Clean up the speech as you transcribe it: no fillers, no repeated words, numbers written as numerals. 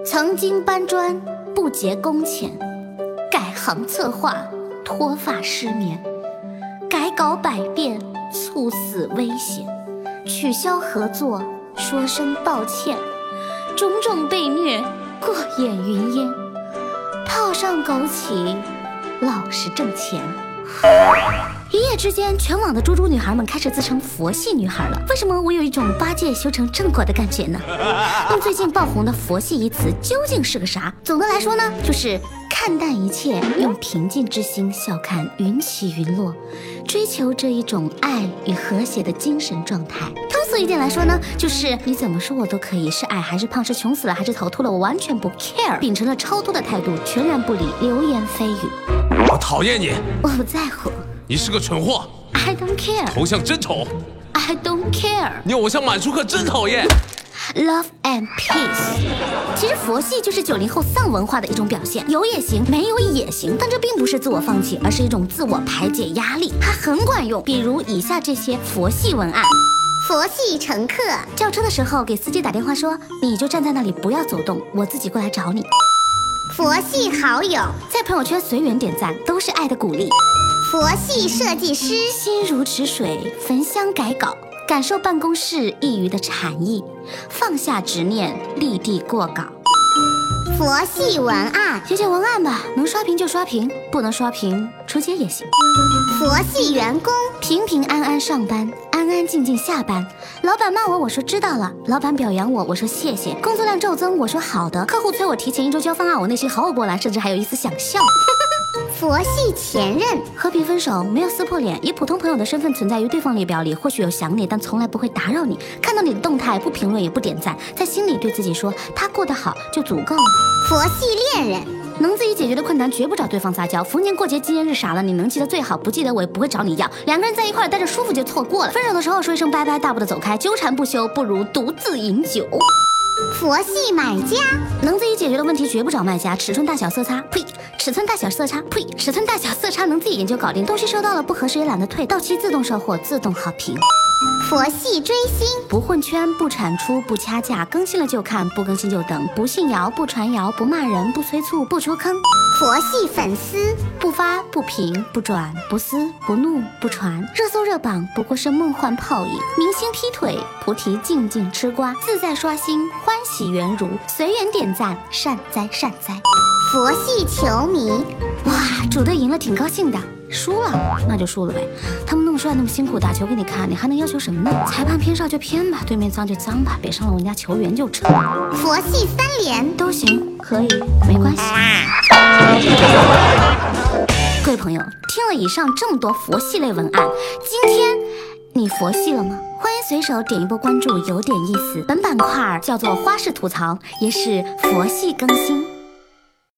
曾经搬砖不结工钱，改行策划脱发失眠，改稿百遍猝死危险，取消合作说声抱歉，种种被虐过眼云烟，套上枸杞老实挣钱。一夜之间，全网的猪猪女孩们开始自称佛系女孩了。为什么我有一种八戒修成正果的感觉呢？用最近爆红的佛系一词究竟是个啥？总的来说呢，就是看淡一切，用平静之心笑看云起云落，追求这一种爱与和谐的精神状态。通俗一点来说呢，就是你怎么说我都可以，是矮还是胖，是穷死了还是头秃了，我完全不 care， 秉承了超多的态度，全然不理流言蜚语。 我讨厌你， 我不在乎。 你是个蠢货 I don't care， 头像真丑 I don't care， 你偶像满舒克真讨厌 Love and peace。 其实佛系就是90后丧文化的一种表现，有也行，没有也行，但这并不是自我放弃，而是一种自我排解压力，它很管用。比如以下这些佛系文案：佛系乘客，叫车的时候给司机打电话说，你就站在那里不要走动，我自己过来找你。佛系好友，在朋友圈随缘点赞，都是爱的鼓励。佛系设计师，心如止水，焚香改稿，感受办公室一隅的禅意，放下执念，立地过稿。佛系文案，写写文案吧，能刷屏就刷屏，不能刷屏出街也行。佛系员工，平平安安上班，安安静静下班。老板骂我，我说知道了；老板表扬我，我说谢谢；工作量骤增，我说好的；客户催我提前1周交方案，我内心毫无波澜，甚至还有一丝想笑。佛系前任，和平分手，没有撕破脸，以普通朋友的身份存在于对方列表里，或许有想你，但从来不会打扰你，看到你的动态不评论也不点赞，在心里对自己说他过得好就足够了。佛系恋人，能自己解决的困难绝不找对方撒娇，逢年过节纪念日啥了你能记得最好，不记得我也不会找你要，两个人在一块待着舒服就错过了，分手的时候说一声拜拜，大不得走开，纠缠不休不如独自饮酒。佛系买家，能自己解决的问题绝不找卖家，尺寸大小色差，呸，尺寸大小色差，呸，尺寸大小色差能自己研究搞定，东西收到了不合适也懒得退，到期自动售后，自动好评。佛系追星，不混圈，不产出，不掐架，更新了就看，不更新就等，不信谣，不传谣，不骂人，不催促，不出坑。佛系粉丝，不发不评不转不撕不怒不传，热搜热榜不过是梦幻泡影，明星劈腿，菩提静静吃瓜，自在刷新，欢喜圆如，随缘点赞，善哉善哉。佛系球迷，哇，主队赢了挺高兴的，输了那就输了呗，他们那么帅那么辛苦打球给你看，你还能要求什么呢？裁判偏少就偏吧，对面脏就脏吧，别伤了人家球员就成。佛系3连都行，可以，没关系。各位朋友，听了以上这么多佛系类文案，今天你佛系了吗？欢迎随手点一波关注，有点意思。本板块叫做花式吐槽，也是佛系更新。